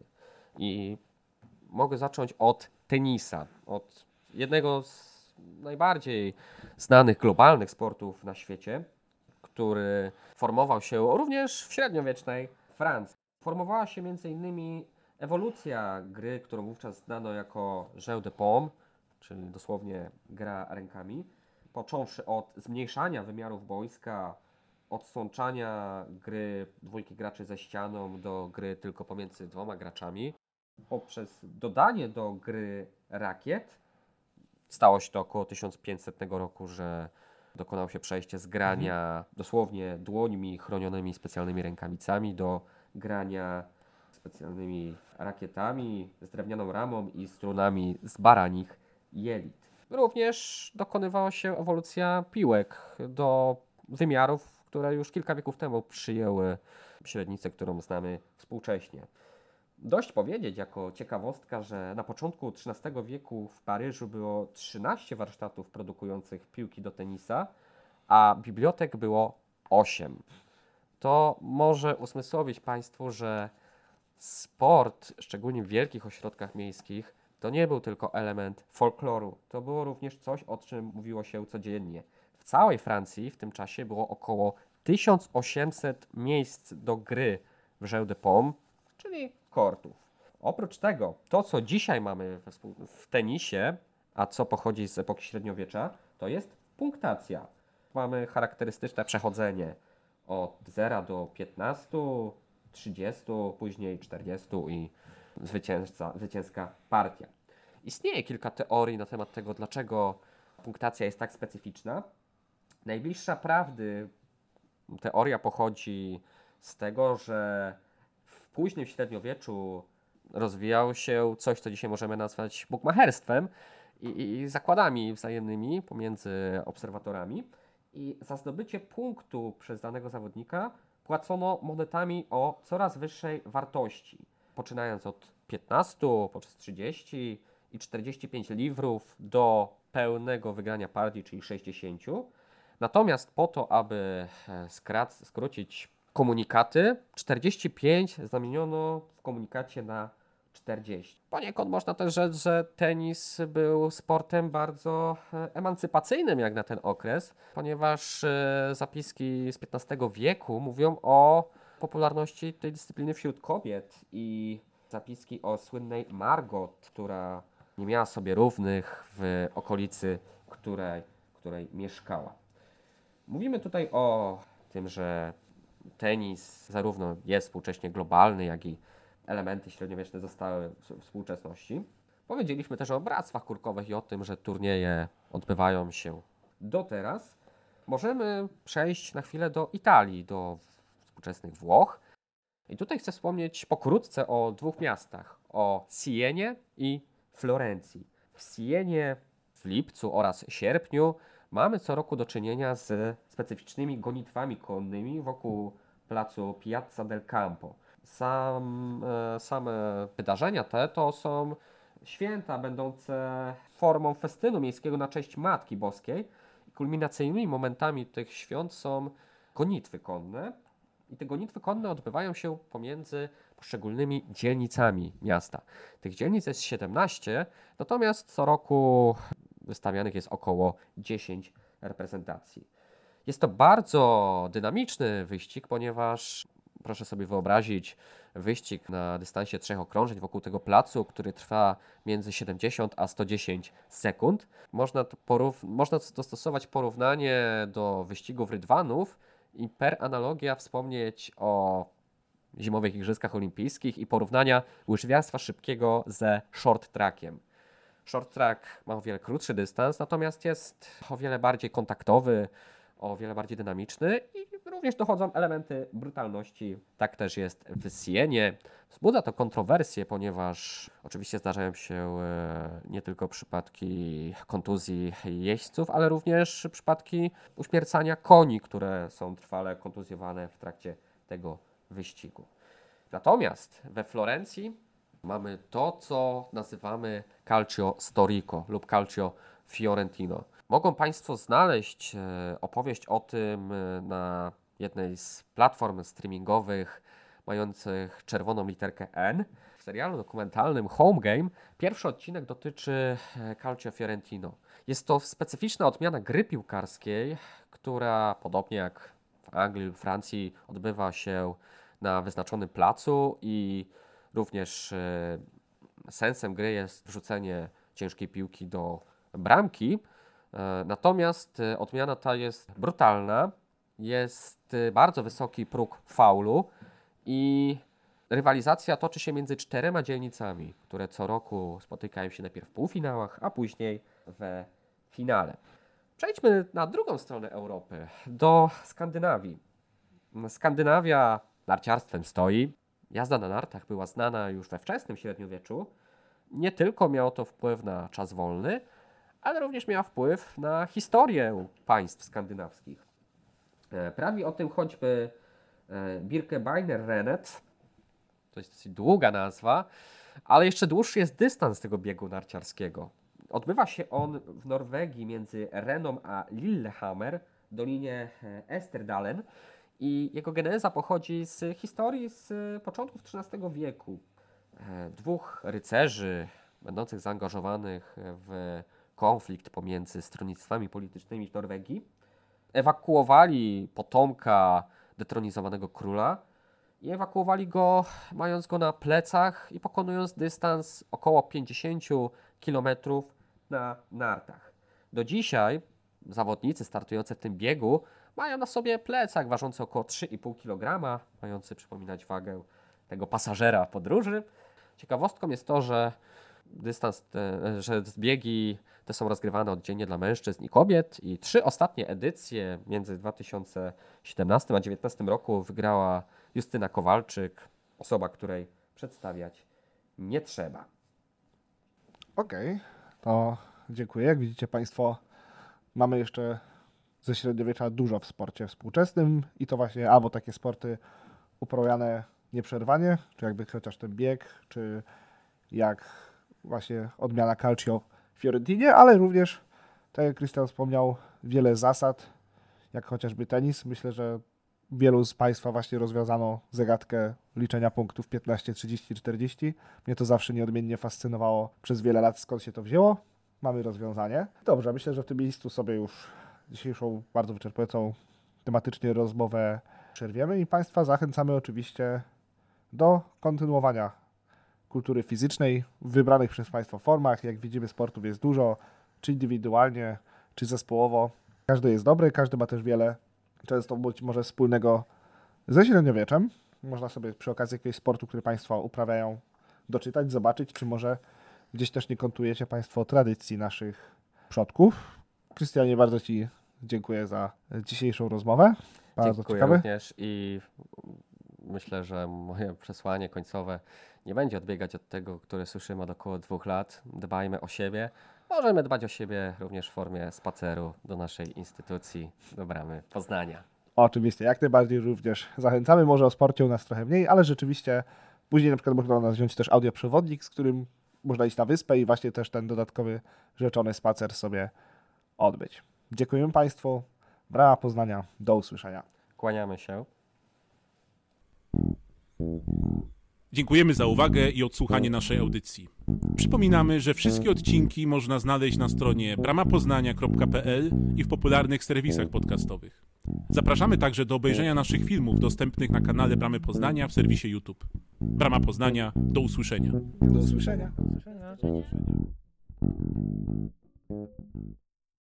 I mogę zacząć od tenisa, od jednego z najbardziej znanych globalnych sportów na świecie, który formował się również w średniowiecznej Francji. Formowała się między innymi ewolucja gry, którą wówczas znano jako jeu de paume, czyli dosłownie gra rękami, począwszy od zmniejszania wymiarów boiska, odsączania gry dwójki graczy ze ścianą do gry tylko pomiędzy dwoma graczami, poprzez dodanie do gry rakiet. Stało się to około tysiąc pięćsetnego roku, że dokonało się przejście z grania mhm. dosłownie dłońmi chronionymi specjalnymi rękawicami do grania specjalnymi rakietami z drewnianą ramą i strunami z baranich jelit. Również dokonywała się ewolucja piłek do wymiarów, które już kilka wieków temu przyjęły średnicę, którą znamy współcześnie. Dość powiedzieć jako ciekawostka, że na początku trzynastego wieku w Paryżu było trzynaście warsztatów produkujących piłki do tenisa, a bibliotek było osiem. To może uzmysłowić Państwu, że sport, szczególnie w wielkich ośrodkach miejskich, to nie był tylko element folkloru. To było również coś, o czym mówiło się codziennie. W całej Francji w tym czasie było około tysiąc osiemset miejsc do gry w jeu de paume, czyli kortów. Oprócz tego, to co dzisiaj mamy w tenisie, a co pochodzi z epoki średniowiecza, to jest punktacja. Mamy charakterystyczne przechodzenie od zera do piętnastu, trzydziestu, później czterdziestu i zwycięzca, zwycięska partia. Istnieje kilka teorii na temat tego, dlaczego punktacja jest tak specyficzna. Najbliższa prawdy teoria pochodzi z tego, że w późnym średniowieczu rozwijało się coś, co dzisiaj możemy nazwać bukmacherstwem i, i zakładami wzajemnymi pomiędzy obserwatorami. I za zdobycie punktu przez danego zawodnika płacono monetami o coraz wyższej wartości. Poczynając od piętnastu, poprzez trzydzieści i czterdzieści pięć liwrów do pełnego wygrania partii, czyli sześćdziesięciu. Natomiast po to, aby skrac- skrócić komunikaty, czterdzieści pięć zamieniono w komunikacie na czterdzieści. Poniekąd można też rzec, że tenis był sportem bardzo emancypacyjnym jak na ten okres, ponieważ zapiski z piętnastego wieku mówią o popularności tej dyscypliny wśród kobiet i zapiski o słynnej Margot, która nie miała sobie równych w okolicy, której, której mieszkała. Mówimy tutaj o tym, że tenis zarówno jest współcześnie globalny, jak i elementy średniowieczne zostały w współczesności. Powiedzieliśmy też o bractwach kurkowych i o tym, że turnieje odbywają się do teraz. Możemy przejść na chwilę do Italii, do współczesnych Włoch. I tutaj chcę wspomnieć pokrótce o dwóch miastach, o Sienie i Florencji. W Sienie w lipcu oraz sierpniu mamy co roku do czynienia z specyficznymi gonitwami konnymi wokół placu Piazza del Campo. Sam, e, same wydarzenia te to są święta będące formą festynu miejskiego na cześć Matki Boskiej. Kulminacyjnymi momentami tych świąt są gonitwy konne. I te gonitwy konne odbywają się pomiędzy poszczególnymi dzielnicami miasta. Tych dzielnic jest siedemnaście, natomiast co roku wystawianych jest około dziesięć reprezentacji. Jest to bardzo dynamiczny wyścig, ponieważ proszę sobie wyobrazić wyścig na dystansie trzech okrążeń wokół tego placu, który trwa między siedemdziesiąt a sto dziesięć sekund. Można, to porów- można dostosować porównanie do wyścigów rydwanów i per analogia wspomnieć o zimowych igrzyskach olimpijskich i porównania łyżwiarstwa szybkiego ze short trackiem. Short track ma o wiele krótszy dystans, natomiast jest o wiele bardziej kontaktowy, o wiele bardziej dynamiczny i również dochodzą elementy brutalności. Tak też jest w Sienie. Wzbudza to kontrowersje, ponieważ oczywiście zdarzają się nie tylko przypadki kontuzji jeźdźców, ale również przypadki uśmiercania koni, które są trwale kontuzjowane w trakcie tego wyścigu. Natomiast we Florencji mamy to, co nazywamy Calcio Storico lub Calcio Fiorentino. Mogą Państwo znaleźć opowieść o tym na jednej z platform streamingowych mających czerwoną literkę N. W serialu dokumentalnym Home Game pierwszy odcinek dotyczy Calcio Fiorentino. Jest to specyficzna odmiana gry piłkarskiej, która podobnie jak w Anglii lub Francji odbywa się na wyznaczonym placu i również sensem gry jest wrzucenie ciężkiej piłki do bramki. Natomiast odmiana ta jest brutalna, jest bardzo wysoki próg faulu i rywalizacja toczy się między czterema dzielnicami, które co roku spotykają się najpierw w półfinałach, a później we finale. Przejdźmy na drugą stronę Europy, do Skandynawii. Skandynawia narciarstwem stoi. Jazda na nartach była znana już we wczesnym średniowieczu. Nie tylko miało to wpływ na czas wolny, ale również miała wpływ na historię państw skandynawskich. Prawi o tym choćby Birkebeiner Rennet. To jest dosyć długa nazwa, ale jeszcze dłuższy jest dystans tego biegu narciarskiego. Odbywa się on w Norwegii między Renom a Lillehammer, w dolinie Esterdalen, i jego geneza pochodzi z historii z początków trzynastego wieku. Dwóch rycerzy będących zaangażowanych w konflikt pomiędzy stronnictwami politycznymi w Norwegii ewakuowali potomka detronizowanego króla i ewakuowali go mając go na plecach i pokonując dystans około pięćdziesiąt kilometrów na nartach. Do dzisiaj zawodnicy startujący w tym biegu mają na sobie plecak ważący około trzy i pół kilograma, mający przypominać wagę tego pasażera podróży. Ciekawostką jest to, że dystans, te, że biegi te są rozgrywane oddzielnie dla mężczyzn i kobiet i trzy ostatnie edycje między dwa tysiące siedemnastym a dwa tysiące dziewiętnastym roku wygrała Justyna Kowalczyk, osoba, której przedstawiać nie trzeba. Okej, okay, to dziękuję. Jak widzicie Państwo, mamy jeszcze ze średniowiecza dużo w sporcie współczesnym i to właśnie albo takie sporty uprawiane nieprzerwanie, czy jakby chociaż ten bieg, czy jak właśnie odmiana Calcio Fiorentinie, ale również, tak jak Krystian wspomniał, wiele zasad, jak chociażby tenis. Myślę, że wielu z Państwa właśnie rozwiązano zagadkę liczenia punktów piętnaście, trzydzieści, czterdzieści. Mnie to zawsze nieodmiennie fascynowało przez wiele lat, skąd się to wzięło. Mamy rozwiązanie. Dobrze, myślę, że w tym miejscu sobie już dzisiejszą bardzo wyczerpującą tematycznie rozmowę przerwiemy i Państwa zachęcamy oczywiście do kontynuowania kultury fizycznej w wybranych przez Państwa formach. Jak widzimy, sportów jest dużo, czy indywidualnie, czy zespołowo. Każdy jest dobry, każdy ma też wiele, często być może wspólnego ze średniowieczem. Można sobie przy okazji jakiegoś sportu, który Państwo uprawiają, doczytać, zobaczyć, czy może gdzieś też nie kontujecie Państwo tradycji naszych przodków. Krystianie, bardzo Ci dziękuję za dzisiejszą rozmowę. Bardzo Dziękuję ciekawe. również i myślę, że moje przesłanie końcowe nie będzie odbiegać od tego, które słyszymy od około dwóch lat. Dbajmy o siebie. Możemy dbać o siebie również w formie spaceru do naszej instytucji, do Bramy Poznania. Oczywiście, jak najbardziej również zachęcamy. Może o sporcie u nas trochę mniej, ale rzeczywiście później na przykład można nas wziąć też audioprzewodnik, z którym można iść na wyspę i właśnie też ten dodatkowy rzeczony spacer sobie odbyć. Dziękujemy Państwu. Brama Poznania. Do usłyszenia. Kłaniamy się. Dziękujemy za uwagę i odsłuchanie naszej audycji. Przypominamy, że wszystkie odcinki można znaleźć na stronie brama poznania kropka p l i w popularnych serwisach podcastowych. Zapraszamy także do obejrzenia naszych filmów dostępnych na kanale Bramy Poznania w serwisie YouTube. Brama Poznania, do usłyszenia. Do usłyszenia. Do usłyszenia.